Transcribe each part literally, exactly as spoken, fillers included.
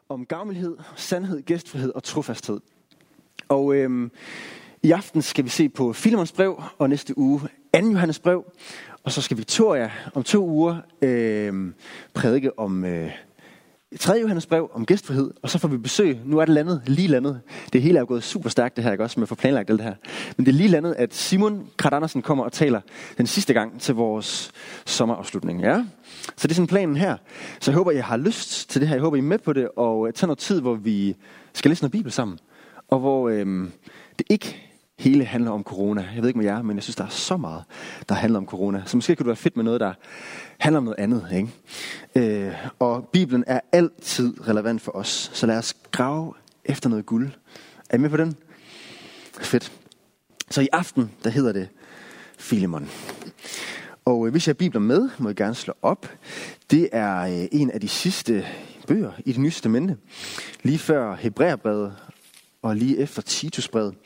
om gavmildhed, sandhed, gæstfrihed og trofasthed. Og øhm, i aften skal vi se på Filemons brev, og næste uge anden Johannes brev. Og så skal Victoria om to uger øhm, prædike om øh, tredje Johannes brev, om gæstfrihed. Og så får vi besøg. Nu er det landet, lige landet. Det hele er jo gået super stærkt det her, ikke også, med at få planlagt alt det her. Men det er lige landet, at Simon Krat Andersen kommer og taler den sidste gang til vores sommerafslutning. Ja? Så det er sådan planen her. Så jeg håber, I har lyst til det her. Jeg håber, I er med på det. Og tage noget tid, hvor vi skal læse noget Bibel sammen. Og hvor øhm, det ikke hele handler om corona. Jeg ved ikke med jer, men jeg synes, der er så meget, der handler om corona. Så måske kunne det være fedt med noget, der handler om noget andet. Ikke? Øh, og Bibelen er altid relevant for os. Så lad os grave efter noget guld. Er I med på den? Fedt. Så i aften, der hedder det Filemon. Og øh, hvis jeg har Bibelen med, må jeg gerne slå op. Det er øh, en af de sidste bøger i Det Nye Testamente. Lige før Hebræerbrevet og lige efter Titusbrevet.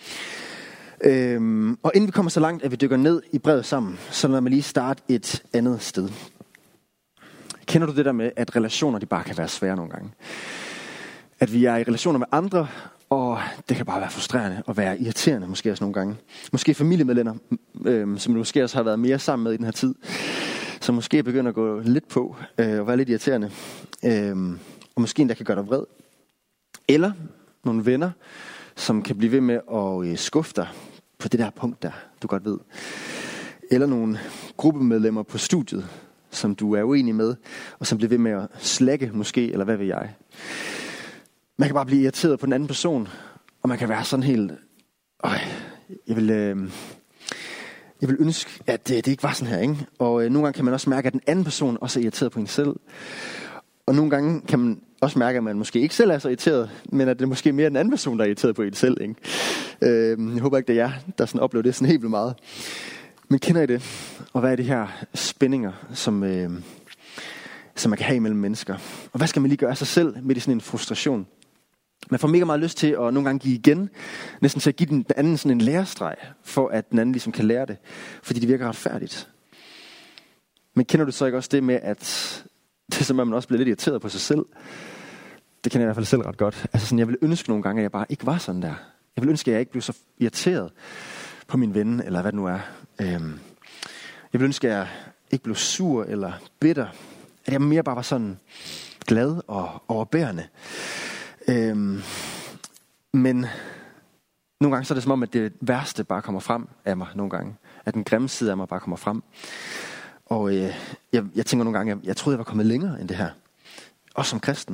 Øhm, og inden vi kommer så langt, at vi dykker ned i brevet sammen, så lad mig lige starte et andet sted. Kender du det der med, at relationer de bare kan være svære nogle gange? At vi er i relationer med andre, og det kan bare være frustrerende og være irriterende måske også nogle gange. Måske familiemedlemmer, øhm, som du måske også har været mere sammen med i den her tid, som måske begynder at gå lidt på øh, og være lidt irriterende. Øhm, og måske endda kan gøre dig vred. Eller nogle venner, som kan blive ved med at skuffe dig på det der punkt der, du godt ved. Eller nogle gruppemedlemmer på studiet, som du er uenig med, og som bliver ved med at slække måske, eller hvad ved jeg. Man kan bare blive irriteret på den anden person, og man kan være sådan helt, øj, jeg vil, øh, jeg vil ønske, at det, det ikke var sådan her, ikke? Og øh, nogle gange kan man også mærke, at den anden person også er irriteret på en selv. Og nogle gange kan man også mærke, at man måske ikke selv er så irriteret, men at det er måske mere den anden person, der er irriteret på en selv. Ikke? Øh, jeg håber ikke, det er jer, der sådan oplever det sådan helt vildt meget. Men kender I det? Og hvad er de her spændinger, som, øh, som man kan have imellem mennesker? Og hvad skal man lige gøre af sig selv midt i sådan en frustration? Man får mega meget lyst til at nogle gange give igen, næsten til at give den anden sådan en lærestreg, for at den anden ligesom kan lære det, fordi det virker retfærdigt. Men kender du så ikke også det med, at det er som om man også bliver lidt irriteret på sig selv? Det kender jeg i hvert fald selv ret godt. Altså sådan, jeg ville ønske nogle gange, at jeg bare ikke var sådan der. Jeg ville ønske, at jeg ikke blev så irriteret på min ven, eller hvad det nu er. Øhm, jeg ville ønske, at jeg ikke blev sur eller bitter. At jeg mere bare var sådan glad og overbærende. Øhm, men nogle gange så er det som om, at det værste bare kommer frem af mig nogle gange. At den grimme side af mig bare kommer frem. Og øh, jeg, jeg tænker nogle gange, jeg, jeg troede, jeg var kommet længere end det her. Også som kristen.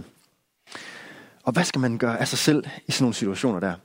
Og hvad skal man gøre af sig selv i sådan nogle situationer der?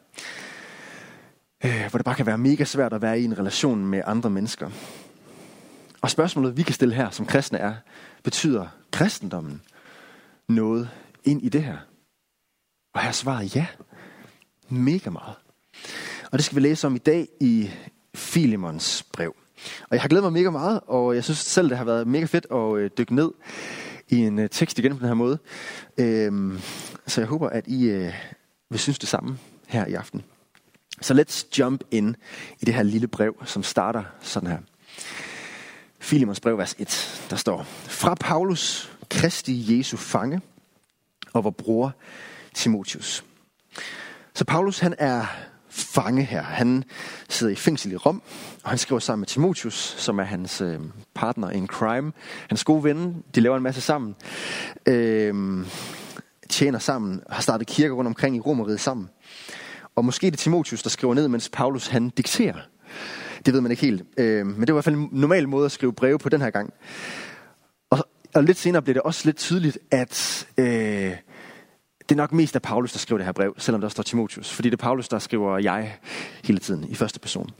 Øh, hvor det bare kan være mega svært at være i en relation med andre mennesker. Og spørgsmålet, vi kan stille her som kristne er, betyder kristendommen noget ind i det her? Og her svarer ja. Mega meget. Og det skal vi læse om i dag i Filemons brev. Og jeg har glædet mig mega meget, og jeg synes selv, det har været mega fedt at øh, dykke ned i en øh, tekst igen på den her måde. Øhm, så jeg håber, at I øh, vil synes det samme her i aften. Så let's jump in i det her lille brev, som starter sådan her. Filemons brev, vers et, der står: Fra Paulus, Kristi Jesu fange, og vor bror Timotheus. Så Paulus, han er fange her. Han sidder i fængsel i Rom, og han skriver sammen med Timotheus, som er hans øh, partner in crime. Hans gode ven, de laver en masse sammen. Øh, tjener sammen, har startet kirker rundt omkring i Romeriet sammen. Og måske er det Timotheus, der skriver ned, mens Paulus han dikterer. Det ved man ikke helt. Øh, men det var i hvert fald en normal måde at skrive breve på den her gang. Og, og lidt senere bliver det også lidt tydeligt, at øh, det er nok mest af Paulus, der skriver det her brev, selvom der står Timotheus. Fordi det er Paulus, der skriver jeg hele tiden i første person.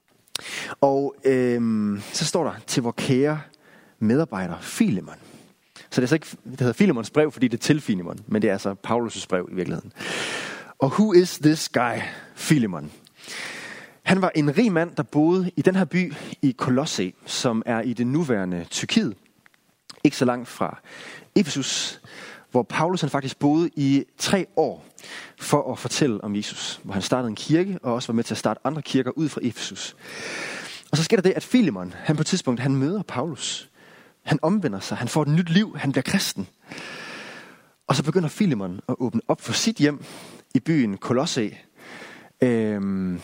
Og øhm, så står der til vor kære medarbejder Filemon. Så det er så ikke, det hedder Filemons brev, fordi det er til Filemon, men det er altså Paulus' brev i virkeligheden. Og who is this guy, Filemon? Han var en rig mand, der boede i den her by i Kolosse, som er i det nuværende Tyrkiet. Ikke så langt fra Efesus, hvor Paulus han faktisk boede i tre år for at fortælle om Jesus. Hvor han startede en kirke, og også var med til at starte andre kirker ud fra Efesus. Og så sker der det, at Filemon, han på et tidspunkt, han møder Paulus. Han omvender sig, han får et nyt liv, han bliver kristen. Og så begynder Filemon at åbne op for sit hjem i byen Kolosse. Øhm,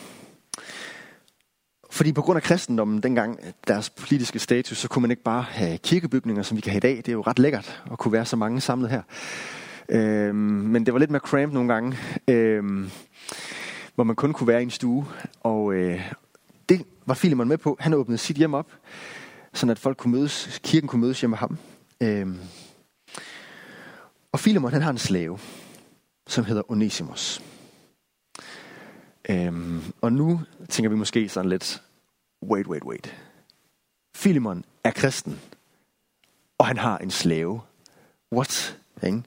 fordi på grund af kristendommen dengang, deres politiske status, så kunne man ikke bare have kirkebygninger, som vi kan have i dag. Det er jo ret lækkert at kunne være så mange samlet her. Øhm, men det var lidt mere cramped nogle gange, øhm, hvor man kun kunne være i en stue. Og øh, det var Filemon med på. Han åbnede sit hjem op, sådan at folk kunne mødes, kirken kunne mødes hjemme med ham. Øhm, og Filemon, han har en slave, som hedder Onesimus. Øhm, og nu tænker vi måske sådan lidt, wait, wait, wait. Filemon er kristen, og han har en slave. What? Ikke?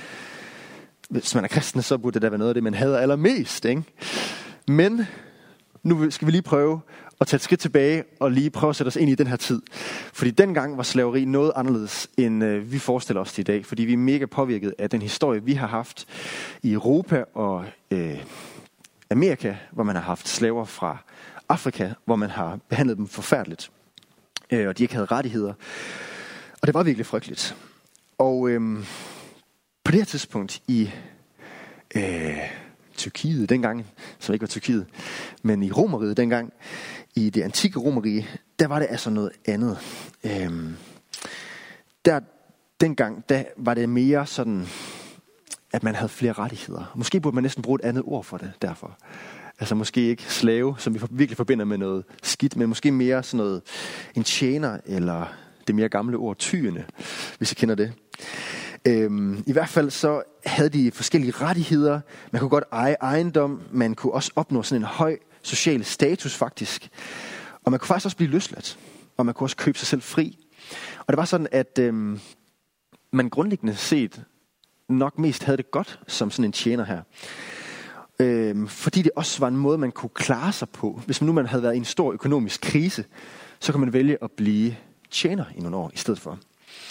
Hvis man er kristen, så burde det da være noget af det, man hader allermest. Ikke? Men nu skal vi lige prøve at tage et skridt tilbage og lige prøve at sætte os ind i den her tid. Fordi dengang var slaveri noget anderledes, end øh, vi forestiller os det i dag. Fordi vi er mega påvirket af den historie, vi har haft i Europa og øh, Amerika, hvor man har haft slaver fra Afrika, hvor man har behandlet dem forfærdeligt. Øh, og de ikke havde rettigheder. Og det var virkelig frygteligt. Og øh, på det her tidspunkt i øh, Tyrkiet dengang, som ikke var Tyrkiet, men i Romeriet dengang, i det antikke Romerige, der var det altså noget andet. Øhm, der, dengang, der var det mere sådan, at man havde flere rettigheder. Måske burde man næsten bruge et andet ord for det, derfor. Altså måske ikke slave, som vi virkelig forbinder med noget skidt, men måske mere sådan noget, en tjener, eller det mere gamle ord, tyende, hvis I kender det. Øhm, I hvert fald så havde de forskellige rettigheder. Man kunne godt eje ejendom. Man kunne også opnå sådan en høj social status faktisk. Og man kunne faktisk også blive løsladt. Og man kunne også købe sig selv fri. Og det var sådan, at øhm, man grundlæggende set nok mest havde det godt som sådan en tjener her. Øhm, fordi det også var en måde, man kunne klare sig på. Hvis man nu man havde været i en stor økonomisk krise, så kunne man vælge at blive tjener i nogle år i stedet for.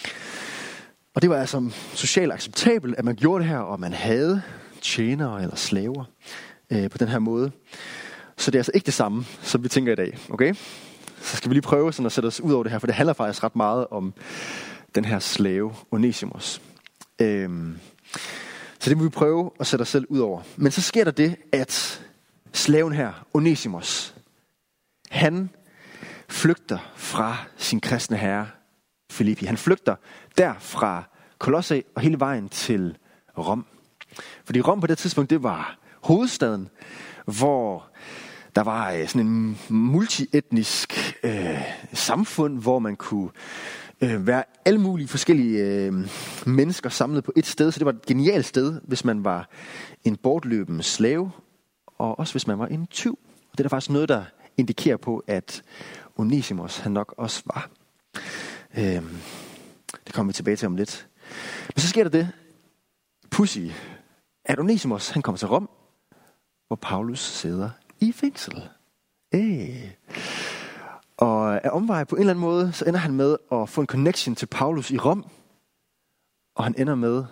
Og det var altså socialt acceptabelt, at man gjorde det her, og man havde tjenere eller slaver øh, på den her måde. Så det er altså ikke det samme, som vi tænker i dag, okay? Så skal vi lige prøve sådan at sætte os ud over det her, for det handler faktisk ret meget om den her slave, Onesimus. Øhm, så det må vi prøve at sætte os selv ud over. Men så sker der det, at slaven her, Onesimus, han flygter fra sin kristne herre, Filippi. Han flygter der fra Kolosse og hele vejen til Rom. Fordi Rom på det tidspunkt, det var hovedstaden, hvor der var sådan en multietnisk øh, samfund, hvor man kunne øh, være alle mulige forskellige øh, mennesker samlet på et sted. Så det var et genialt sted, hvis man var en bortløbende slave, og også hvis man var en tyv. Og det er der faktisk noget, der indikerer på, at Onesimus han nok også var. Øhm, det kommer vi tilbage til om lidt. Men så sker der det pudsige, at Onesimus han kommer til Rom, hvor Paulus sidder i fængsel. Hey. Og af omvej på en eller anden måde, så ender han med at få en connection til Paulus i Rom, og han ender med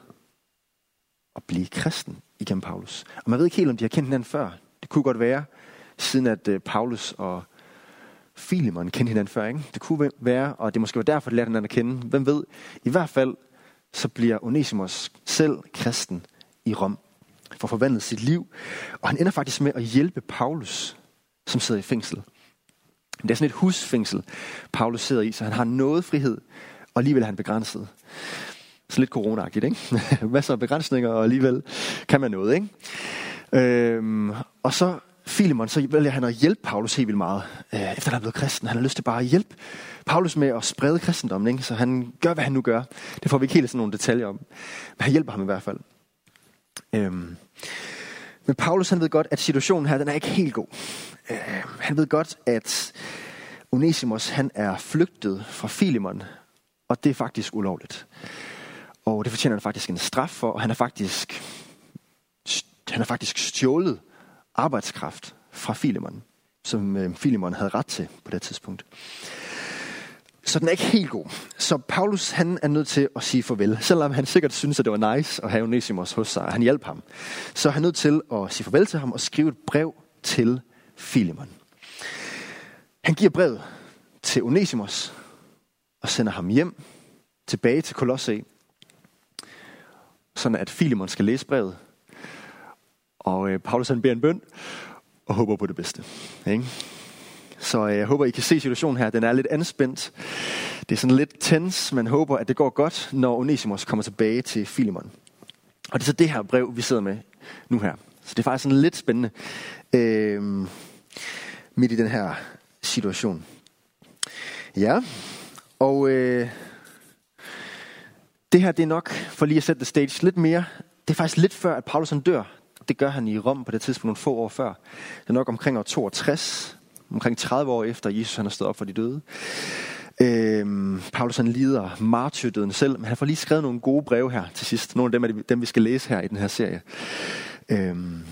at blive kristen igennem Paulus. Og man ved ikke helt, om de har kendt hinanden før. Det kunne godt være, siden at Paulus og Filemon kendte hinanden før, ikke? Det kunne være, og det måske var derfor, de lærte hinanden at kende. Hvem ved? I hvert fald, så bliver Onesimus selv kristen i Rom, for at forvandle sit liv. Og han ender faktisk med at hjælpe Paulus, som sidder i fængsel. Det er sådan et husfængsel, Paulus sidder i, så han har noget frihed, og alligevel er han begrænset. Så lidt corona-agtigt, ikke? Masser af begrænsninger, og alligevel kan man noget, ikke? Øhm, og så Filemon, så vælger han at hjælpe Paulus helt vildt meget, øh, efter han er blevet kristen. Han har lyst til bare at hjælpe Paulus med at sprede kristendommen, ikke? Så han gør, hvad han nu gør. Det får vi ikke helt sådan nogle detaljer om. Men han hjælper ham i hvert fald. Øhm. Men Paulus, han ved godt, at situationen her, den er ikke helt god. Øh, han ved godt, at Onesimus, han er flygtet fra Filemon, og det er faktisk ulovligt. Og det fortjener han faktisk en straf for, og han er faktisk, han er faktisk stjålet arbejdskraft fra Filemon, som øh, Filemon havde ret til på det tidspunkt. Så den er ikke helt god. Så Paulus, han er nødt til at sige farvel. Selvom han sikkert synes, at det var nice at have Onesimus hos sig, og han hjalp ham, så er han nødt til at sige farvel til ham og skrive et brev til Filemon. Han giver brevet til Onesimus og sender ham hjem, tilbage til Kolosse. sådan at Filemon skal læse brevet. Og øh, Paulus han beder en bøn, og håber på det bedste. Ikke? Så øh, jeg håber, I kan se situationen her. Den er lidt anspændt. Det er sådan lidt tens, men håber, at det går godt, når Onesimus kommer tilbage til Filemon. Og det er så det her brev, vi sidder med nu her. Så det er faktisk sådan lidt spændende øh, midt i den her situation. Ja, og øh, det her det er nok, for lige at sætte the stage lidt mere, det er faktisk lidt før, at Paulus han dør. Det gør han i Rom på det tidspunkt nogle få år før. Det er nok omkring år toogtres, omkring tredive år efter Jesus han er stået op for de døde. Øhm, Paulus han lider martyrdøden selv, men han får lige skrevet nogle gode breve her til sidst. Nogle af dem er dem, vi skal læse her i den her serie. Øhm,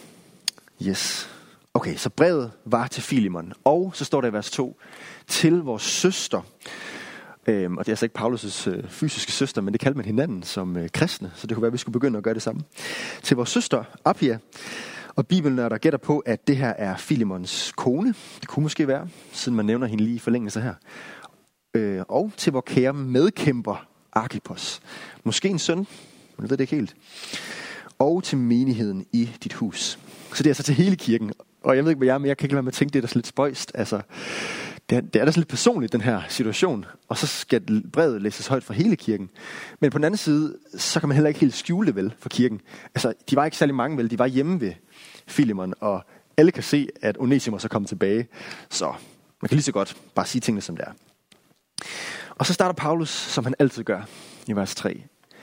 yes. Okay, så brevet var til Filemon, og så står der i vers to, til vores søster. Øhm, og det er altså ikke Paulus' øh, fysiske søster, men det kaldte man hinanden som øh, kristne, så det kunne være, at vi skulle begynde at gøre det samme. Til vores søster, Appia. Og Bibelen er der gætter på, at det her er Filemons kone. Det kunne måske være, siden man nævner hende lige i forlængelse her. Øh, og til vores kære medkæmper, Arkippos. Måske en søn, men jeg ved det ikke helt. Og til menigheden i dit hus. Så det er altså til hele kirken. Og jeg ved ikke, hvad jeg er, men jeg kan ikke lade være med at tænke, det er da lidt spøjst. Altså, det er, det er da så lidt personligt, den her situation. Og så skal brevet læses højt for hele kirken. Men på den anden side, så kan man heller ikke helt skjule det vel for kirken. Altså, de var ikke særlig mange vel. De var hjemme ved Filemon, og alle kan se, at Onesimus er kommet tilbage. Så man kan lige så godt bare sige tingene, som det er. Og så starter Paulus, som han altid gør, i vers tre.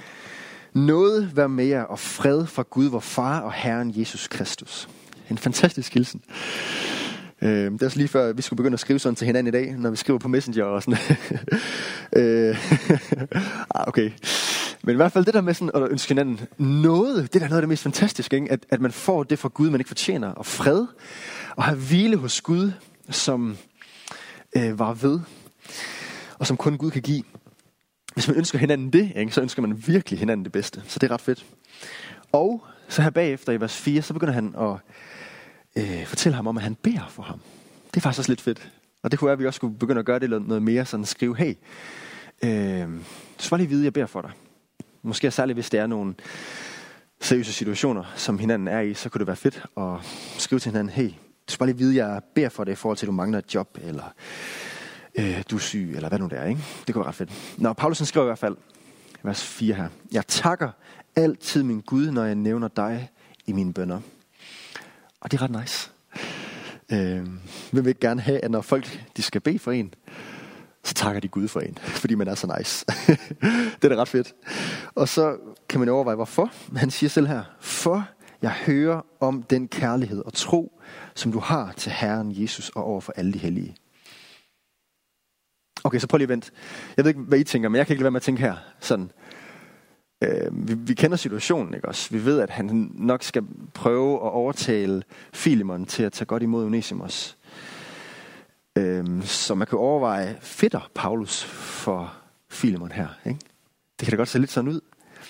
Noget vær med jer og fred fra Gud, vor far og Herren Jesus Kristus. En fantastisk hilsen. Øh, det er også lige før, vi skulle begynde at skrive sådan til hinanden i dag, når vi skriver på Messenger og sådan. øh, ah, okay. Men i hvert fald det der med sådan at ønske hinanden noget, det er da noget af det mest fantastiske, ikke? At, at man får det fra Gud, man ikke fortjener, og fred, og have hvile hos Gud, som øh, var ved, og som kun Gud kan give. Hvis man ønsker hinanden det, ikke, så ønsker man virkelig hinanden det bedste. Så det er ret fedt. Og så her bagefter i vers fire, så begynder han at øh, fortælle ham om, at han beder for ham. Det er faktisk også lidt fedt. Og det kunne være, at vi også skulle begynde at gøre det noget mere, sådan skrive, hey, øh, du skal bare lige vide, at jeg beder for dig. Måske særligt, hvis det er nogle seriøse situationer, som hinanden er i, så kunne det være fedt at skrive til hinanden, hey, du skal bare lige vide, at jeg beder for dig i forhold til, at du mangler et job, eller øh, du er syg, eller hvad nu det er, ikke? Det kunne være ret fedt. Nå, Paulus skriver i hvert fald, vers fire her. Jeg takker altid min Gud, når jeg nævner dig i mine bønner. Og det er ret nice. Øh, vil vi ikke gerne have, at når folk de skal bede for en, så takker de Gud for en, fordi man er så nice. Det er da ret fedt. Og så kan man overveje, hvorfor. Han siger selv her, for jeg hører om den kærlighed og tro, som du har til Herren Jesus og over for alle de hellige. Okay, så prøv lige at vente. Jeg ved ikke, hvad I tænker, men jeg kan ikke lade være med at tænke her. Sådan. Øh, vi, vi kender situationen, ikke også? Vi ved, at han nok skal prøve at overtale Filemon til at tage godt imod Onesimus. Øh, så man kan overveje, fedter Paulus for Filemon her, ikke? Det kan da godt se lidt sådan ud.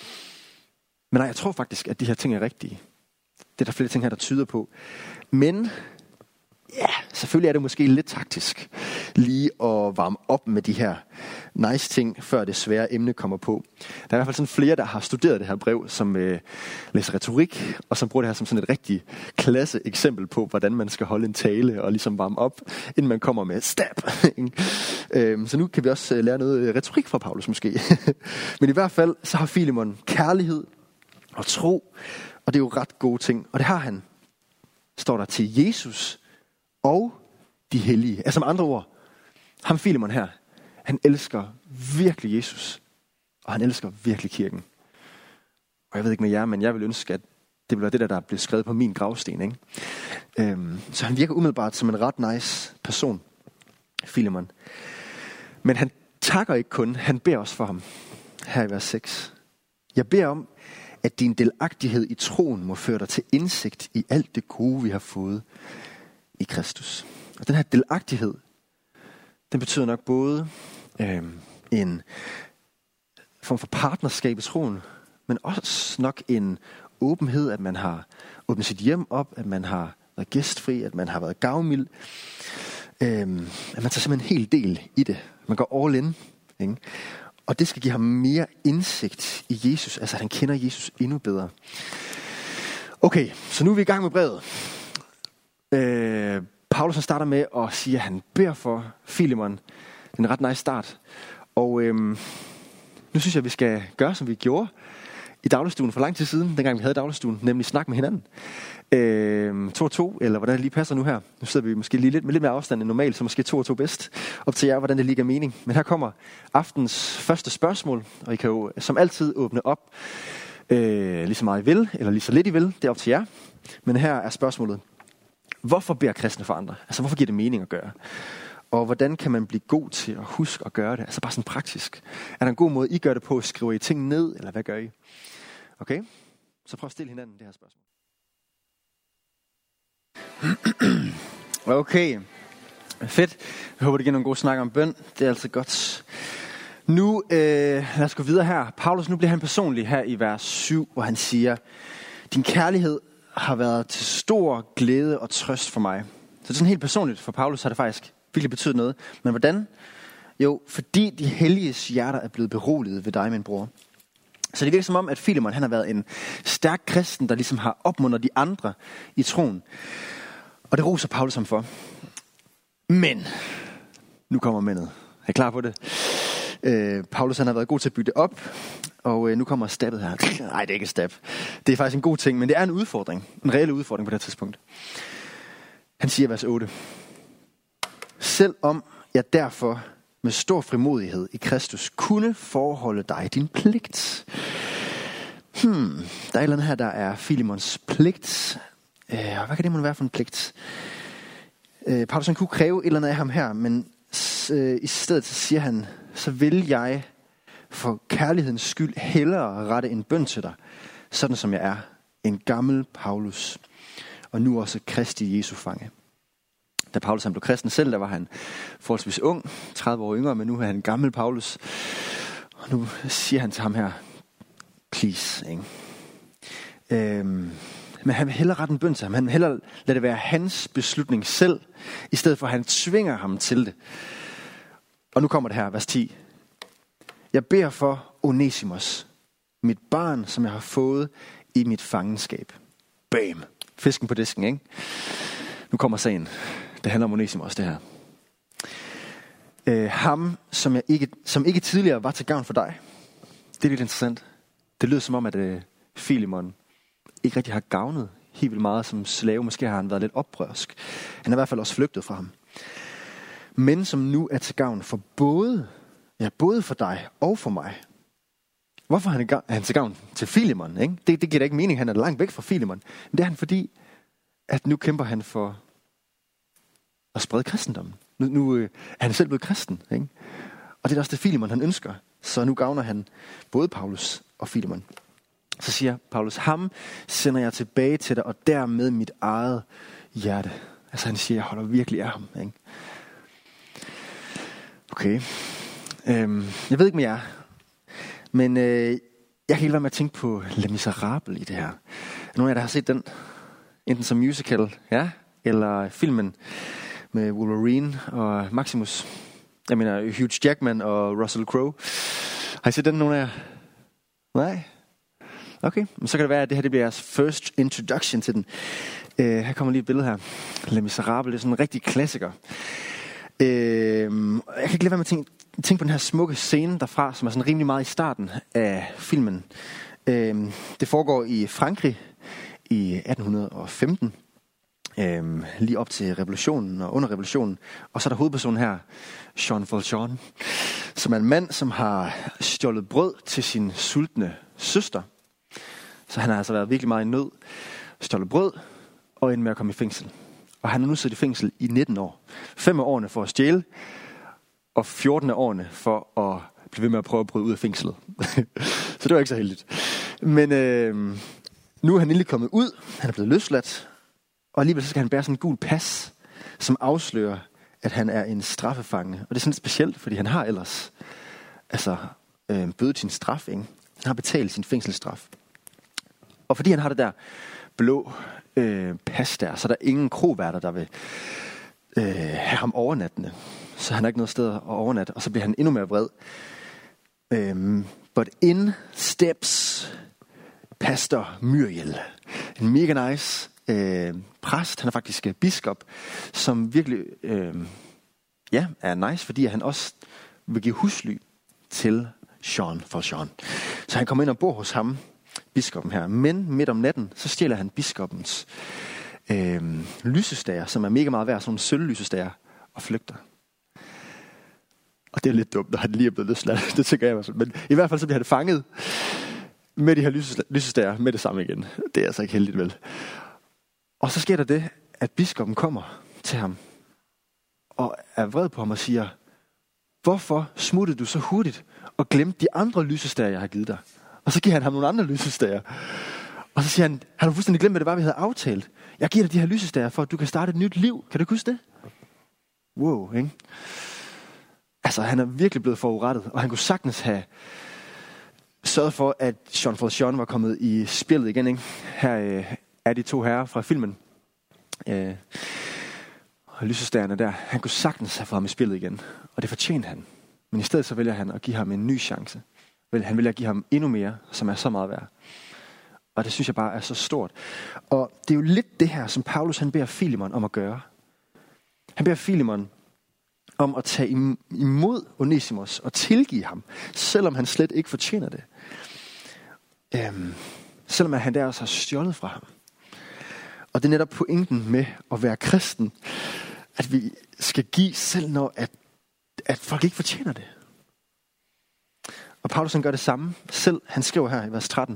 Men nej, jeg tror faktisk, at de her ting er rigtige. Det er der flere ting her, der tyder på. Men ja, selvfølgelig er det måske lidt taktisk lige at varme op med de her nice ting, før det svære emne kommer på. Der er i hvert fald sådan flere, der har studeret det her brev, som øh, læser retorik, og som bruger det her som sådan et rigtig klasse eksempel på, hvordan man skal holde en tale og ligesom varme op, inden man kommer med stab. øhm, så nu kan vi også lære noget retorik fra Paulus måske. Men i hvert fald, så har Filemon kærlighed og tro, og det er jo ret gode ting. Og det har han, står der, til Jesus og de hellige. Altså med andre ord, ham Filemon her, han elsker virkelig Jesus, og han elsker virkelig kirken. Og jeg ved ikke med jer, men jeg vil ønske, at det bliver det der, der bliver skrevet på min gravsten, ikke? Øhm, så han virker umiddelbart som en ret nice person, Filemon. Men han takker ikke kun, han beder også for ham. Her i vers seks. Jeg beder om, at din delagtighed i troen må føre dig til indsigt i alt det gode, vi har fået i Kristus. Og den her delagtighed, den betyder nok både øh, en form for partnerskab i troen, men også nok en åbenhed, at man har åbnet sit hjem op, at man har været gæstfri, at man har været gavmild, øh, at man tager simpelthen en hel del i det. Man går all in, ikke? Og det skal give ham mere indsigt i Jesus, altså at han kender Jesus endnu bedre. Okay, så nu er vi i gang med brevet. Øh, Paulus han starter med at sige, at han beder for Filemon. Det er en ret nice start. Og øh, nu synes jeg, at vi skal gøre, som vi gjorde i dagligstuen for lang tid siden, dengang vi havde dagligstuen, nemlig snakke med hinanden. Øh, to og to, eller hvordan det lige passer nu her. Nu sidder vi måske lige lidt med lidt mere afstand end normalt, så måske to og to bedst. Op til jer, hvordan det lige giver mening. Men her kommer aftens første spørgsmål, og I kan jo som altid åbne op, øh, lige så meget I vil, eller lige så lidt I vil. Det er op til jer. Men her er spørgsmålet. Hvorfor beder kristne for andre? Altså, hvorfor giver det mening at gøre? Og hvordan kan man blive god til at huske at gøre det? Altså bare sådan praktisk. Er der en god måde, I gør det på? Skriver I ting ned, eller hvad gør I? Okay? Så prøv at stille hinanden det her spørgsmål. Okay. Fedt. Jeg håber, det giver nogle gode snakker om bøn. Det er altid godt. Nu, øh, lad os gå videre her. Paulus, nu bliver han personlig her i vers syv, hvor han siger, din kærlighed har været til stor glæde og trøst for mig. Så det er sådan helt personligt. For Paulus har det faktisk virkelig betydet noget. Men hvordan? Jo, fordi de helliges hjerter er blevet beroliget ved dig, min bror. Så det virker som om, at Filemon han har været en stærk kristen, der ligesom har opmuntret de andre i troen. Og det roser Paulus ham for. Men, nu kommer mendet. Er I klar på det? Øh, Paulus han har været god til at bygge det op, og øh, nu kommer stabbet her. Nej, det er ikke stab. Det er faktisk en god ting, men det er en udfordring. En reel udfordring på det her tidspunkt. Han siger vers otte. Selvom jeg derfor med stor frimodighed i Kristus kunne forholde dig din pligt. Hmm, der er et eller andet her, der er Filemons pligt. Øh, hvad kan det måtte være for en pligt? Øh, Paulus han kunne kræve et eller andet af ham her, men øh, i stedet så siger han, så vil jeg for kærlighedens skyld hellere rette en bøn til dig, sådan som jeg er, en gammel Paulus, og nu også Kristi Jesu fange. Da Paulus han blev kristen selv, der var han forholdsvis ung, tredive år yngre, men nu er han gammel Paulus. Og nu siger han til ham her, please, ikke? Øhm, men han vil hellere rette en bøn til ham. Han vil hellere lade det være hans beslutning selv, i stedet for at han tvinger ham til det. Og nu kommer det her, vers ti. Jeg beder for Onesimus, mit barn, som jeg har fået i mit fangenskab. Bam! Fisken på disken, ikke? Nu kommer sagen. Det handler om Onesimus, det her. Øh, ham, som, jeg ikke, som ikke tidligere var til gavn for dig. Det er lidt interessant. Det lyder som om, at øh, Filemon ikke rigtig har gavnet helt vildt meget som slave. Måske har han været lidt oprørsk. Han er i hvert fald også flygtet fra ham. Men som nu er til gavn for både, ja, både for dig og for mig. Hvorfor er han, er han til gavn til Filemon? Ikke? Det, det giver da ikke mening, han er langt væk fra Filemon. Men det er han fordi, at nu kæmper han for at sprede kristendommen. Nu, nu øh, er han selv blevet kristen. Ikke? Og det er også det Filemon, han ønsker. Så nu gavner han både Paulus og Filemon. Så siger Paulus, ham sender jeg tilbage til dig, og dermed mit eget hjerte. Altså han siger, jeg holder virkelig af ham. Ikke? Okay. Øhm, jeg ved ikke med jer, men øh, jeg kan ikke være med at tænke på Les Misérables i det her. Nogle af jer, der har set den, enten som musical, ja, eller filmen med Wolverine og Maximus. Jeg mener Hugh Jackman og Russell Crowe. Har I set den, nogle af jer? Nej? Okay, men så kan det være, at det her det bliver jeres first introduction til den. Uh, her kommer lige et billede her. Les Misérables, det er sådan en rigtig klassiker. Uh, jeg kan ikke lade være med at tænke, tænke på den her smukke scene derfra, som er sådan rimelig meget i starten af filmen. Uh, det foregår i Frankrig i atten femten. Øhm, lige op til revolutionen og under revolutionen. Og så er der hovedpersonen her, Jean Valjean, som er en mand, som har stjålet brød til sin sultne søster. Så han har altså været virkelig meget i nød, stjålet brød og endte med at komme i fængsel. Og han har nu siddet i fængsel i nitten år. Fem af årene for at stjæle, og fjorten af årene for at blive ved med at prøve at bryde ud af fængslet. Så det var ikke så heldigt. Men øh, nu er han endelig kommet ud, han er blevet løsladt, og alligevel så skal han bære sådan en gul pas, som afslører, at han er en straffefange. Og det er sådan specielt, fordi han har ellers altså, øh, bødet sin straf, ikke? Han har betalt sin fængselsstraf. Og fordi han har det der blå øh, pas der, så er der ingen kroværter, der vil øh, have ham overnattende. Så han har ikke noget sted at overnatte, og så bliver han endnu mere vred. Um, but in steps Pastor Muriel. En mega nice øh, præst. Han er faktisk øh, biskop, som virkelig øh, ja, er nice, fordi han også vil give husly til Sean for Sean. Så han kommer ind og bor hos ham, biskoppen her. Men midt om natten, så stjæler han biskoppens øh, lysestager, som er mega meget værd, sådan nogle sølvlysestager, og flygter. Og det er lidt dumt, når han lige er blevet løsladt. Det tænker jeg. Men i hvert fald så bliver han fanget med de her lysestager med det samme igen. Det er altså ikke heldigt, vel? Og så sker der det, at biskoppen kommer til ham og er vred på ham og siger, hvorfor smuttede du så hurtigt og glemte de andre lysestager, jeg har givet dig? Og så giver han ham nogle andre lysestager. Og så siger han, han har fuldstændig glemt, hvad det var, vi havde aftalt. Jeg giver dig de her lysestager, for at du kan starte et nyt liv. Kan du huske det? Wow, ikke? Altså, han er virkelig blevet forurettet, og han kunne sagtens have sørget for, at Sean Valjean var kommet i spillet igen, ikke? Her øh, er de to herrer fra filmen. Øh, og lysestagerne der. Han kunne sagtens have fået ham i spillet igen, og det fortjente han. Men i stedet så vælger han at give ham en ny chance. Han vælger at give ham endnu mere, som er så meget værd. Og det synes jeg bare er så stort. Og det er jo lidt det her, som Paulus han beder Filemon om at gøre. Han beder Filemon om at tage imod Onesimus og tilgive ham, selvom han slet ikke fortjener det. Øhm, selvom han der også har stjålet fra ham. Og det er netop pointen med at være kristen, at vi skal give selv når, at, at folk ikke fortjener det. Og Paulus han gør det samme selv. Han skriver her i vers tretten.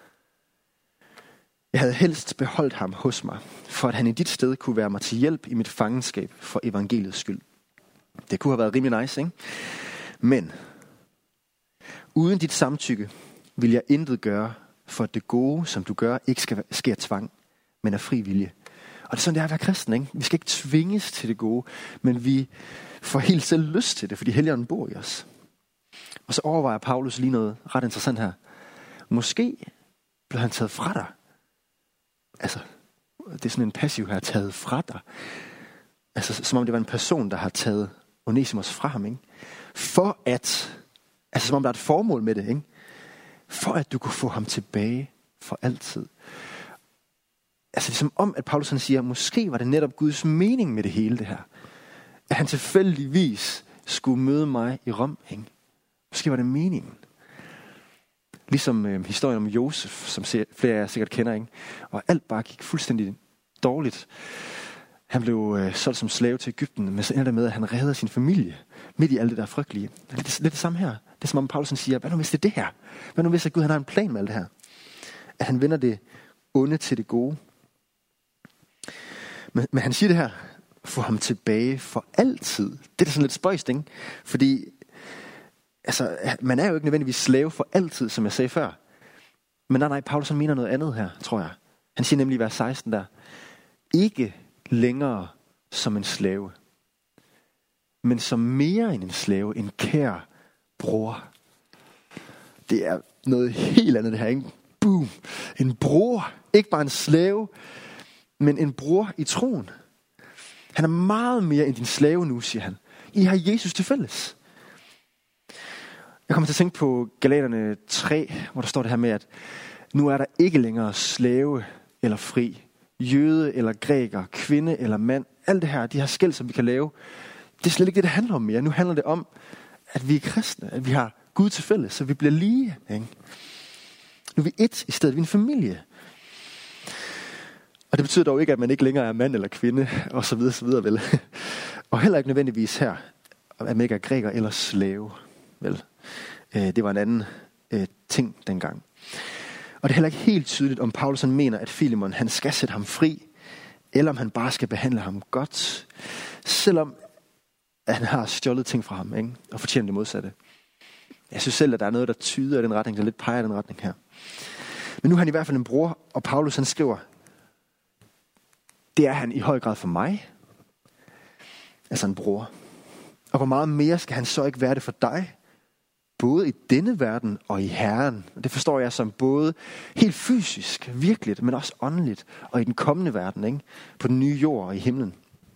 Jeg havde helst beholdt ham hos mig, for at han i dit sted kunne være mig til hjælp i mit fangenskab for evangeliets skyld. Det kunne have været rimelig nice, ikke? Men uden dit samtykke vil jeg intet gøre, for at det gode, som du gør, ikke skal ske af tvang, men af fri vilje. Og det er sådan, det er at være kristen, ikke? Vi skal ikke tvinges til det gode, men vi får helt selv lyst til det, fordi Helligånden bor i os. Og så overvejer Paulus lige noget ret interessant her. Måske blev han taget fra dig. Altså, det er sådan en passiv her, taget fra dig. Altså, som om det var en person, der har taget Onesimus fra ham, ikke? For at, altså som om der er et formål med det, ikke? For at du kunne få ham tilbage for altid. Altså, det er som om, at Paulus han siger, måske var det netop Guds mening med det hele det her. At han tilfældigvis skulle møde mig i Rom, ikke? Måske var det meningen. Ligesom øh, historien om Josef, som flere af jer sikkert kender, ikke? Og alt bare gik fuldstændig dårligt. Han blev øh, solgt som slave til Egypten, men så ender det med, at han redder sin familie midt i alt det der frygtelige. Det er lidt, lidt det samme her. Det er som om Paulus siger, hvad nu hvis det er det her? Hvad nu hvis at Gud han har en plan med alt det her? At han vender det onde til det gode. Men, men han siger det her, få ham tilbage for altid. Det er da sådan lidt spøjst, ikke? Fordi altså, man er jo ikke nødvendigvis slave for altid, som jeg sagde før. Men nej, nej, Paulus han mener noget andet her, tror jeg. Han siger nemlig i vers seksten der, ikke længere som en slave, men som mere end en slave, en kær bror. Det er noget helt andet det her, ikke? Boom! En bror, ikke bare en slave, men en bror i troen. Han er meget mere end din slave nu, siger han. I har Jesus til fælles. Jeg kommer til at tænke på Galaterne tre, hvor der står det her med, at nu er der ikke længere slave eller fri, jøde eller græker, kvinde eller mand. Alt det her, de her skel, som vi kan lave, det er slet ikke det, det handler om mere. Nu handler det om, at vi er kristne, at vi har Gud til fælles, så vi bliver lige. Ikke? Nu er vi et i stedet, vi er en familie. Og det betyder dog ikke, at man ikke længere er mand eller kvinde, og så videre, så videre, vel. Og heller ikke nødvendigvis her, at man ikke er græker eller slave, vel. Det var en anden øh, ting dengang. Og det er heller ikke helt tydeligt, om Paulus mener, at Filemon han skal sætte ham fri, eller om han bare skal behandle ham godt, selvom at han har stjålet ting fra ham, ikke? Og fortjener det modsatte. Jeg synes selv, at der er noget, der tyder i den retning, der lidt peger i den retning her. Men nu er han i hvert fald en bror, og Paulus han skriver, det er han i høj grad for mig, altså en bror. Og hvor meget mere skal han så ikke være det for dig? Både i denne verden og i Herren. Det forstår jeg som både helt fysisk, virkeligt, men også åndeligt. Og i den kommende verden, ikke? På den nye jord og i himlen.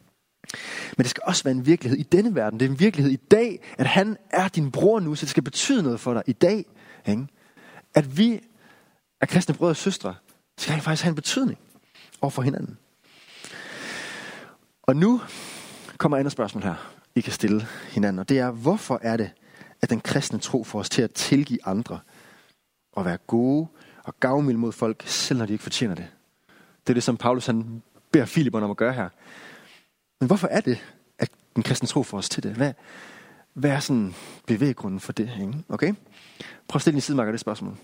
Men det skal også være en virkelighed i denne verden. Det er en virkelighed i dag, at han er din bror nu, så det skal betyde noget for dig i dag. Ikke? At vi er kristne brødre og søstre, skal faktisk have en betydning over for hinanden. Og nu kommer andet spørgsmål her, I kan stille hinanden. Og det er, hvorfor er det, at den kristne tro får os til at tilgive andre og være gode og gavmilde mod folk, selv når de ikke fortjener det? Det er det, som Paulus han beder Filemon om at gøre her. Men hvorfor er det, at den kristne tro får os til det? Hvad, hvad er sådan bevæggrunden for det? Ikke? Okay? Prøv at stille din sidemarker det spørgsmål.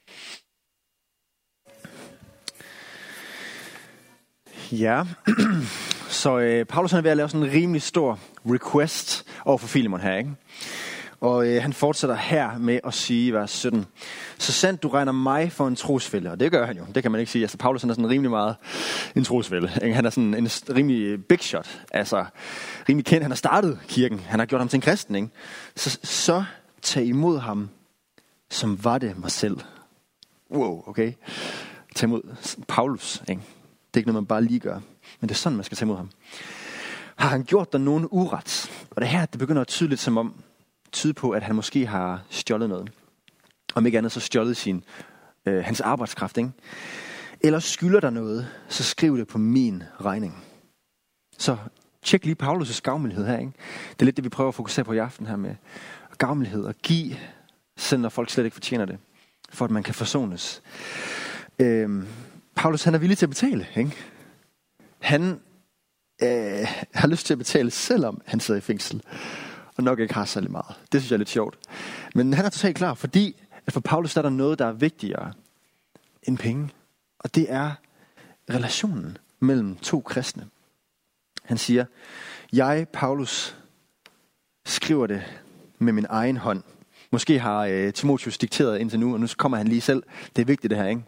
Ja, så øh, Paulus han er ved at lave sådan en rimelig stor request over for Filemon her, ikke? Og øh, han fortsætter her med at sige i vers sytten. Så sandt du regner mig for en trosfælle, og det gør han jo, det kan man ikke sige. Altså Paulus han er sådan rimelig meget en trosfælle. Ikke? Han er sådan en rimelig big shot, altså rimelig kendt. Han har startet kirken, han har gjort ham til en kristen, ikke? Så, så tag imod ham, som var det mig selv. Wow, okay. Tag imod Paulus, ikke? Det er ikke noget, man bare lige gør, men det er sådan, man skal tage imod ham. Har han gjort dig nogen uret? Og det her, det begynder at tydeligt som om, tyde på, at han måske har stjålet noget. Om ikke andet, så stjålet sin, øh, hans arbejdskraft, ikke? Eller skylder der noget, så skriv det på min regning. Så tjek lige Paulus' gavmildhed her, ikke? Det er lidt det, vi prøver at fokusere på i aften her med gavmildhed og give, selv når folk slet ikke fortjener det, for at man kan forsones. Øh, Paulus, han er villig til at betale, ikke? Han øh, har lyst til at betale, selvom han sidder i fængsel. Og nok ikke har særlig meget. Det synes jeg er lidt sjovt. Men han er totalt klar, fordi at for Paulus der er der noget, der er vigtigere end penge. Og det er relationen mellem to kristne. Han siger, jeg, Paulus, skriver det med min egen hånd. Måske har øh, Timotheus dikteret indtil nu, og nu kommer han lige selv. Det er vigtigt det her, ikke?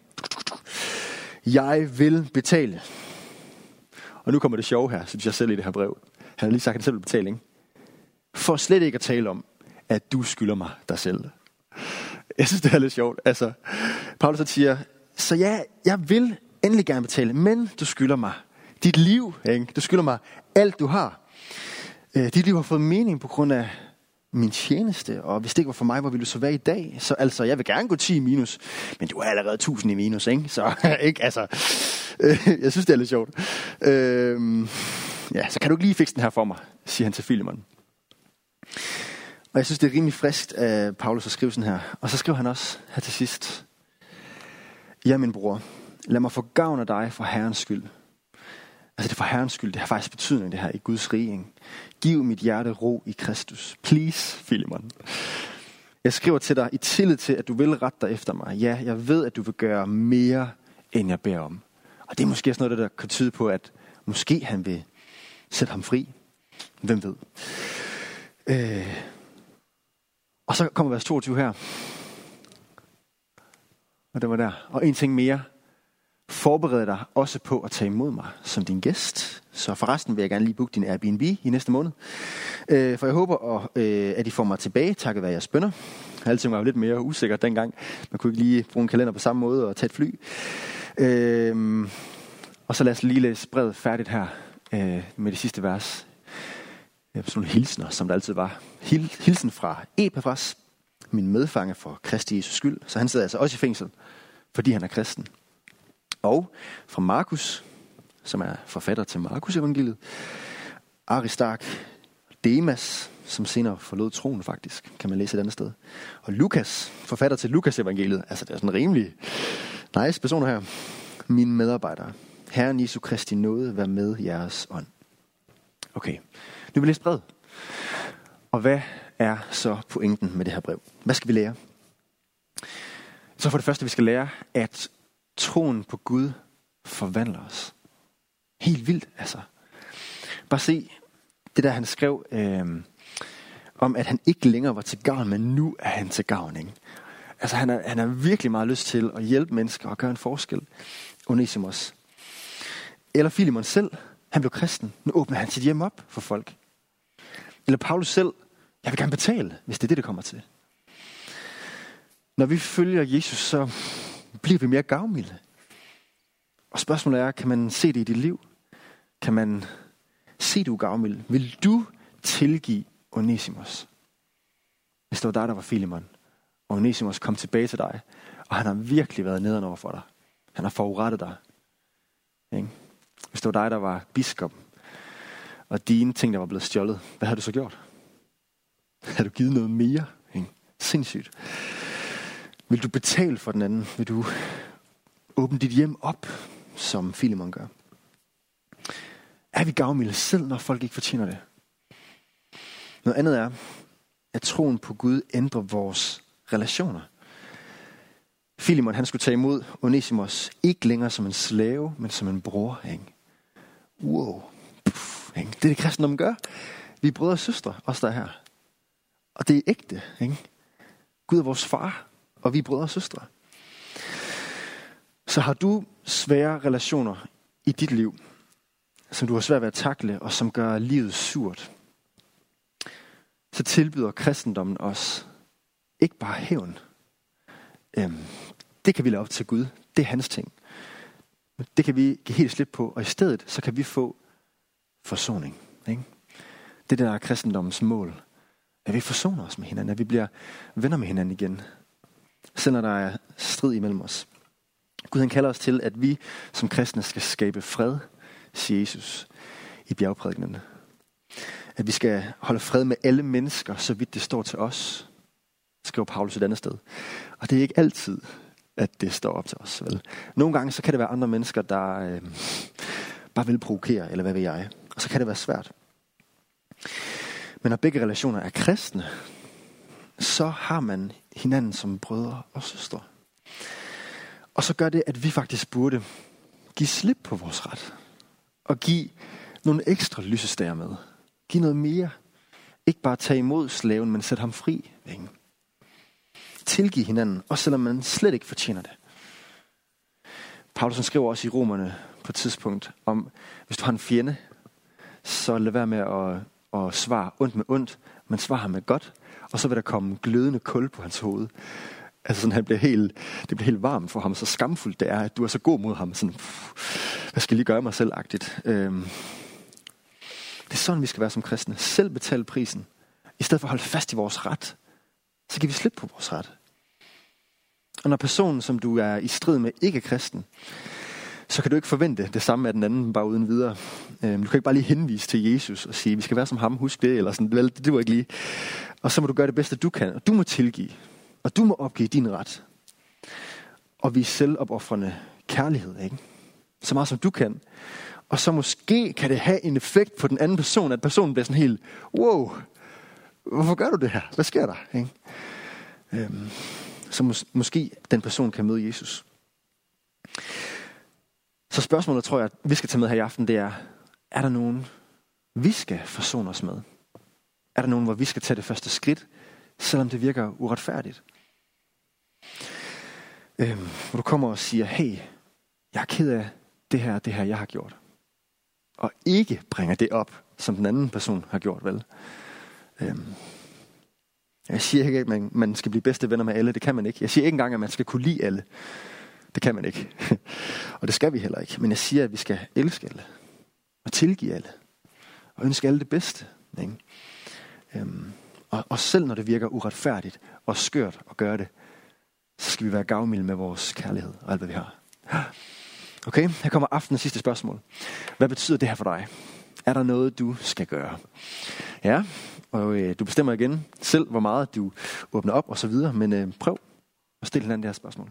Jeg vil betale. Og nu kommer det sjove her, synes jeg selv i det her brev. Han har lige sagt, at han selv vil betale, ikke? For slet ikke at tale om, at du skylder mig dig selv. Jeg synes, det er lidt sjovt. Altså, Paulus siger, så ja, jeg vil endelig gerne betale, men du skylder mig dit liv. Ikke? Du skylder mig alt, du har. Øh, dit liv har fået mening på grund af min tjeneste, og hvis det ikke var for mig, hvor ville du så være i dag? Så altså, jeg vil gerne gå ti i minus, men du er allerede tusind i minus, ikke? Så ikke, altså, øh, jeg synes, det er lidt sjovt. Øh, ja, så kan du ikke lige fikse den her for mig, siger han til Filemon. Og jeg synes, det er rimelig friskt af Paulus at skrive sådan her. Og så skriver han også her til sidst. Ja, min bror, lad mig få gavn af dig for Herrens skyld. Altså det er for Herrens skyld, det har faktisk betydning det her i Guds rige. Ikke? Giv mit hjerte ro i Kristus. Please, Filemon. Jeg skriver til dig i tillid til, at du vil rette dig efter mig. Ja, jeg ved, at du vil gøre mere, end jeg beder om. Og det er måske også noget, der kan tyde på, at måske han vil sætte ham fri. Hvem ved? Øh. Og så kommer vers toogtyve her. Og det var der. Og en ting mere. Forbered dig også på at tage imod mig som din gæst. Så forresten vil jeg gerne lige booke din Airbnb i næste måned. Øh, for jeg håber, og, øh, at I får mig tilbage, takket være jeres bønner. Alting var jo lidt mere usikkert dengang. Man kunne ikke lige bruge en kalender på samme måde og tage et fly. Øh, og så lad os lige læse brevet færdigt her øh, med de sidste vers. Sådan nogle hilsener, som der altid var. Hil, hilsen fra Epafras, min medfange for Kristi Jesus skyld. Så han sidder altså også i fængsel, fordi han er kristen. Og fra Markus, som er forfatter til Markus evangeliet. Aristark, Demas, som senere forlod troen faktisk, kan man læse et andet sted. Og Lukas, forfatter til Lukas evangeliet. Altså det er sådan rimelig nice personer her. Mine medarbejdere. Herren Jesu Kristi nåde, vær med jeres ånd. Okay, nu vil jeg læse brevet. Og hvad er så pointen med det her brev? Hvad skal vi lære? Så for det første, vi skal lære, at troen på Gud forvandler os. Helt vildt, altså. Bare se det der, han skrev øh, om, at han ikke længere var til gavn, men nu er han til gavn. Ikke? Altså, han har han er virkelig meget lyst til at hjælpe mennesker og gøre en forskel. Onesimus. Eller Filemon selv. Han blev kristen. Nu åbner han sit hjem op for folk. Eller Paulus selv. Jeg vil gerne betale, hvis det er det, det kommer til. Når vi følger Jesus, så bliver vi mere gavmilde. Og spørgsmålet er, kan man se det i dit liv? Kan man Se, du er gavmild. Vil du tilgive Onesimus? Hvis det var dig, der var Filemon, og Onesimus kom tilbage til dig, og han har virkelig været nederen over for dig. Han har forurettet dig. Ikke? Hvis det var dig, der var biskop, og dine ting, der var blevet stjålet, hvad havde du så gjort? Har du givet noget mere? Ikke? Sindssygt. Vil du betale for den anden? Vil du åbne dit hjem op, som Filemon gør? Er vi gavmilde selv, når folk ikke fortjener det? Noget andet er, at troen på Gud ændrer vores relationer. Filemon, han skulle tage imod Onesimus, ikke længere som en slave, men som en bror. Ikke? Wow. Puh, ikke? Det er det, kristendommen gør. Vi er brødre og søstre, os der er her. Og det er ægte. Ikke? Gud er vores far, og vi er brødre og søstre. Så har du svære relationer i dit liv, som du har svært ved at takle, og som gør livet surt, så tilbyder kristendommen os ikke bare hævn. Øhm, det kan vi lade op til Gud. Det er hans ting. Det kan vi give helt slip på, og i stedet så kan vi få forsoning. Ikke? Det der er kristendommens mål. At vi forsoner os med hinanden, at vi bliver venner med hinanden igen. Selv når der er strid imellem os. Gud han kalder os til, at vi som kristne skal skabe fred, siger Jesus i bjergprædiknerne. At vi skal holde fred med alle mennesker, så vidt det står til os, skriver Paulus et andet sted. Og det er ikke altid, at det står op til os. Vel? Nogle gange så kan det være andre mennesker, der øh, bare vil provokere, eller hvad ved jeg. Og så kan det være svært. Men når begge relationer er kristne, så har man hinanden som brødre og søstre. Og så gør det, at vi faktisk burde give slip på vores ret. Og give nogle ekstra lysestager med. Giv noget mere. Ikke bare tage imod slaven, men sætte ham fri. Ikke? Tilgive hinanden, også selvom man slet ikke fortjener det. Paulus skriver også i Romerne på et tidspunkt om, hvis du har en fjende, så lad være med at, at svare ondt med ondt, men svar ham med godt, og så vil der komme glødende kul på hans hoved. Altså sådan, han bliver helt, det bliver helt varmt for ham, så skamfuldt det er, at du er så god mod ham. Sådan, pff, hvad skal jeg lige gøre mig selv-agtigt? Øhm, det er sådan, vi skal være som kristne. Selv betale prisen. I stedet for at holde fast i vores ret, så kan vi slippe på vores ret. Og når personen, som du er i strid med, ikke er kristen, så kan du ikke forvente det samme af den anden, bare uden videre. Øhm, du kan ikke bare lige henvise til Jesus og sige, vi skal være som ham, husk det, eller sådan, vel, det duer ikke lige. Og så må du gøre det bedste, du kan, og du må tilgive. Og du må opgive din ret. Og vise selvopoffrende kærlighed, ikke? Så meget som du kan. Og så måske kan det have en effekt på den anden person, at personen bliver sådan helt, wow, hvorfor gør du det her? Hvad sker der? Ikke? Øhm, så mås- måske den person kan møde Jesus. Så spørgsmålet, tror jeg, vi skal tage med her i aften, det er, er der nogen, vi skal forsone os med? Er der nogen, hvor vi skal tage det første skridt, selvom det virker uretfærdigt? Øhm, hvor du kommer og siger, hey, jeg er ked af det her, det her, jeg har gjort. Og ikke bringer det op, som den anden person har gjort, vel? Øhm, jeg siger ikke, at man, man skal blive bedste venner med alle. Det kan man ikke. Jeg siger ikke engang, at man skal kunne lide alle. Det kan man ikke. Og det skal vi heller ikke. Men jeg siger, at vi skal elske alle. Og tilgive alle. Og ønske alle det bedste. Ikke? Øhm, og, og selv når det virker uretfærdigt og skørt at gøre det, så skal vi være gavmilde med vores kærlighed og alt, hvad vi har. Okay, her kommer aftenens sidste spørgsmål. Hvad betyder det her for dig? Er der noget, du skal gøre? Ja, og øh, du bestemmer igen selv, hvor meget du åbner op og så videre, men øh, prøv at stille hinanden det her spørgsmål.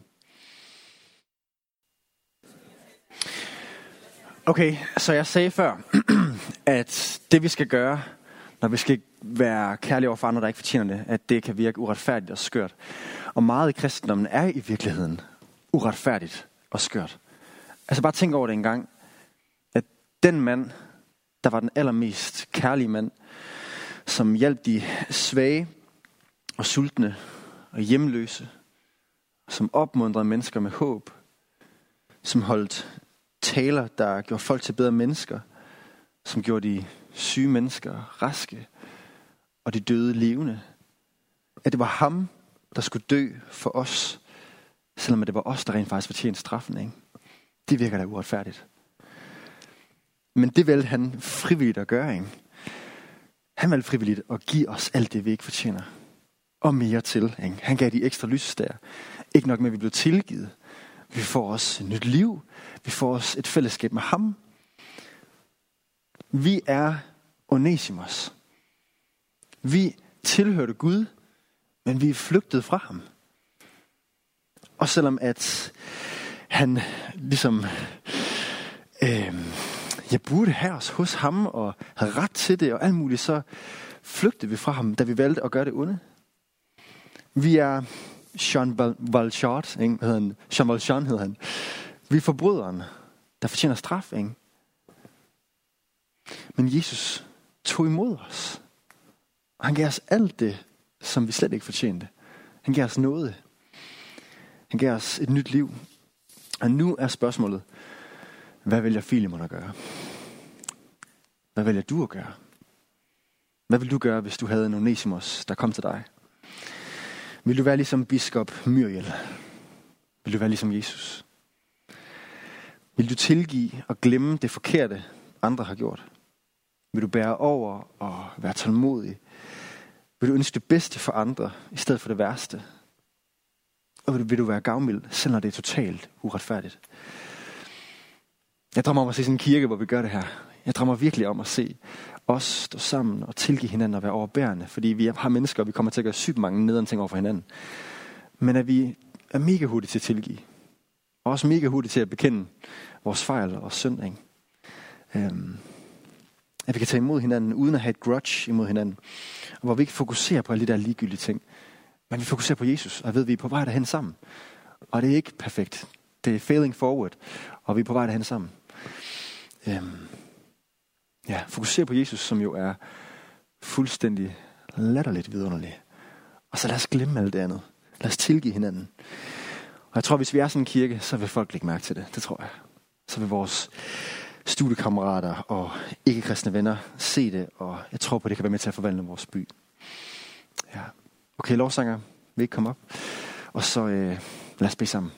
Okay, så jeg sagde før, at det vi skal gøre, når vi skal være kærlige over for andre, der ikke fortjener det, at det kan virke uretfærdigt og skørt. Og meget i kristendommen er i virkeligheden uretfærdigt og skørt. Altså bare tænk over det en gang, at den mand, der var den allermest kærlige mand, som hjalp de svage og sultne og hjemløse, som opmuntrede mennesker med håb, som holdt taler, der gjorde folk til bedre mennesker, som gjorde de syge mennesker raske, og de døde levende. At det var ham, der skulle dø for os, selvom det var os, der rent faktisk fortjente straffen, ikke? Det virker da uretfærdigt. Men det valgte han frivilligt at gøre, ikke? Han valgte frivilligt at give os alt det, vi ikke fortjener. Og mere til, ikke? Han gav de ekstra lysestager. Ikke nok med, at vi blev tilgivet. Vi får os et nyt liv. Vi får os et fællesskab med ham. Vi er Onesimus. Vi tilhørte Gud, men vi er flygtet fra ham. Og selvom at han ligesom, øh, jeg burde have os hos ham, og havde ret til det, og alt muligt, så flygtede vi fra ham, da vi valgte at gøre det onde. Vi er Jean Valjean, ikke? Hvad hedder han? Jean Valjean hedder han. Vi er forbryderen, der fortjener straf, ikke? Men Jesus tog imod os. Og han gav os alt det, som vi slet ikke fortjente. Han gav os noget. Han gav os et nyt liv. Og nu er spørgsmålet, hvad vælger Filemon at gøre? Hvad vælger du at gøre? Hvad vil du gøre, hvis du havde en Onesimus, der kom til dig? Vil du være ligesom biskop Myriel? Vil du være ligesom Jesus? Vil du tilgive og glemme det forkerte, andre har gjort? Vil du bære over og være tålmodig? Vil du ønske det bedste for andre, i stedet for det værste? Og vil du, vil du være gavmild, selv når det er totalt uretfærdigt? Jeg drømmer om at se sådan en kirke, hvor vi gør det her. Jeg drømmer virkelig om at se os stå sammen og tilgive hinanden og være overbærende. Fordi vi har mennesker, og vi kommer til at gøre sygt mange nederen ting over for hinanden. Men at vi er mega hurtige til at tilgive. Og også mega hurtige til at bekende vores fejl og synd. Ikke? Øhm, at vi kan tage imod hinanden, uden at have et grudge imod hinanden. Og hvor vi ikke fokuserer på alle de der ligegyldige ting. Men vi fokuserer på Jesus, og ved, at vi er på vej derhen sammen. Og det er ikke perfekt. Det er failing forward, og vi er på vej derhen sammen. Øhm, ja, fokuserer på Jesus, som jo er fuldstændig latterligt vidunderlig. Og så lad os glemme alt det andet. Lad os tilgive hinanden. Og jeg tror, hvis vi er sådan en kirke, så vil folk lægge mærke til det. Det tror jeg. Så vil vores studiekammerater og ikke-kristne venner se det, og jeg tror på, det kan være med til at forvandle vores by. Ja. Okay, lovsanger, vil ikke komme op? Og så øh, lad os bede sammen.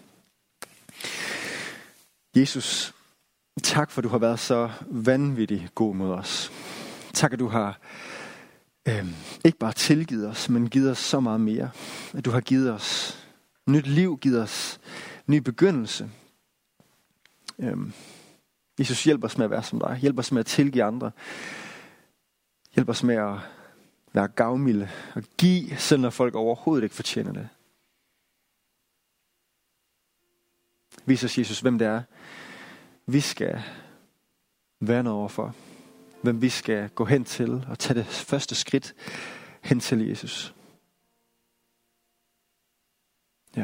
Jesus, tak for, at du har været så vanvittigt god mod os. Tak, at du har øh, ikke bare tilgivet os, men givet os så meget mere. At du har givet os nyt liv, givet os ny begyndelse. Øh, Jesus, hjælp os med at være som dig. Hjælp os med at tilgive andre. Hjælp os med at være gavmilde og give, selv når folk overhovedet ikke fortjener det. Vis os, Jesus, hvem det er, vi skal være noget overfor. Hvem vi skal gå hen til og tage det første skridt hen til Jesus. Ja.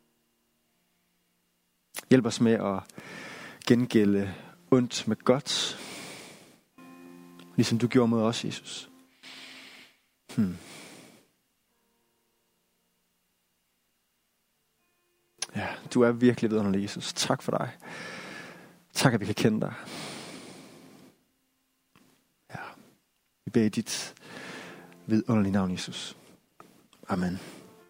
Hjælp os med at gengælde ondt med godt. Ligesom du gjorde mod os, Jesus. Hmm. Ja, du er virkelig vidunderlig, Jesus. Tak for dig. Tak, at vi kan kende dig. Ja. Vi beder i dit vidunderlige navn, Jesus. Amen.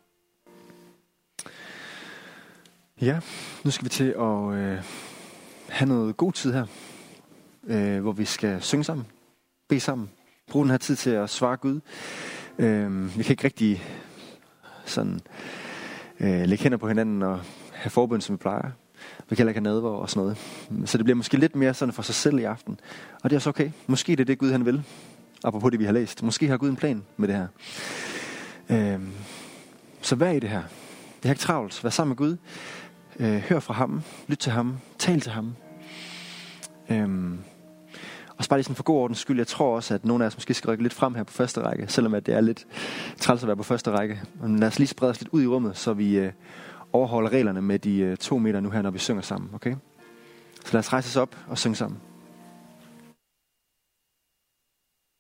Ja, nu skal vi til at øh, have noget god tid her, øh, hvor vi skal synge sammen, bede sammen, bruge den her tid til at svare Gud. Øh, vi kan ikke rigtig sådan øh, lægge hænder på hinanden og have forbøn, som vi plejer. Vi kan heller ikke have nadver og sådan noget. Så det bliver måske lidt mere sådan for sig selv i aften. Og det er også okay. Måske det er det, Gud han vil. Apropos det, vi har læst. Måske har Gud en plan med det her. Øh, så vær i det her. Det er ikke travlt. Vær sammen med Gud. Øh, hør fra ham. Lyt til ham. Tal til ham. Øh, og så bare lige sådan for god ordens skyld. Jeg tror også, at nogle af os måske skal rykke lidt frem her på første række. Selvom at det er lidt træls at være på første række. Men lad os lige sprede os lidt ud i rummet, så vi øh, overholder reglerne med de øh, to meter nu her, når vi synger sammen. Okay? Så lad os rejse os op og synge sammen.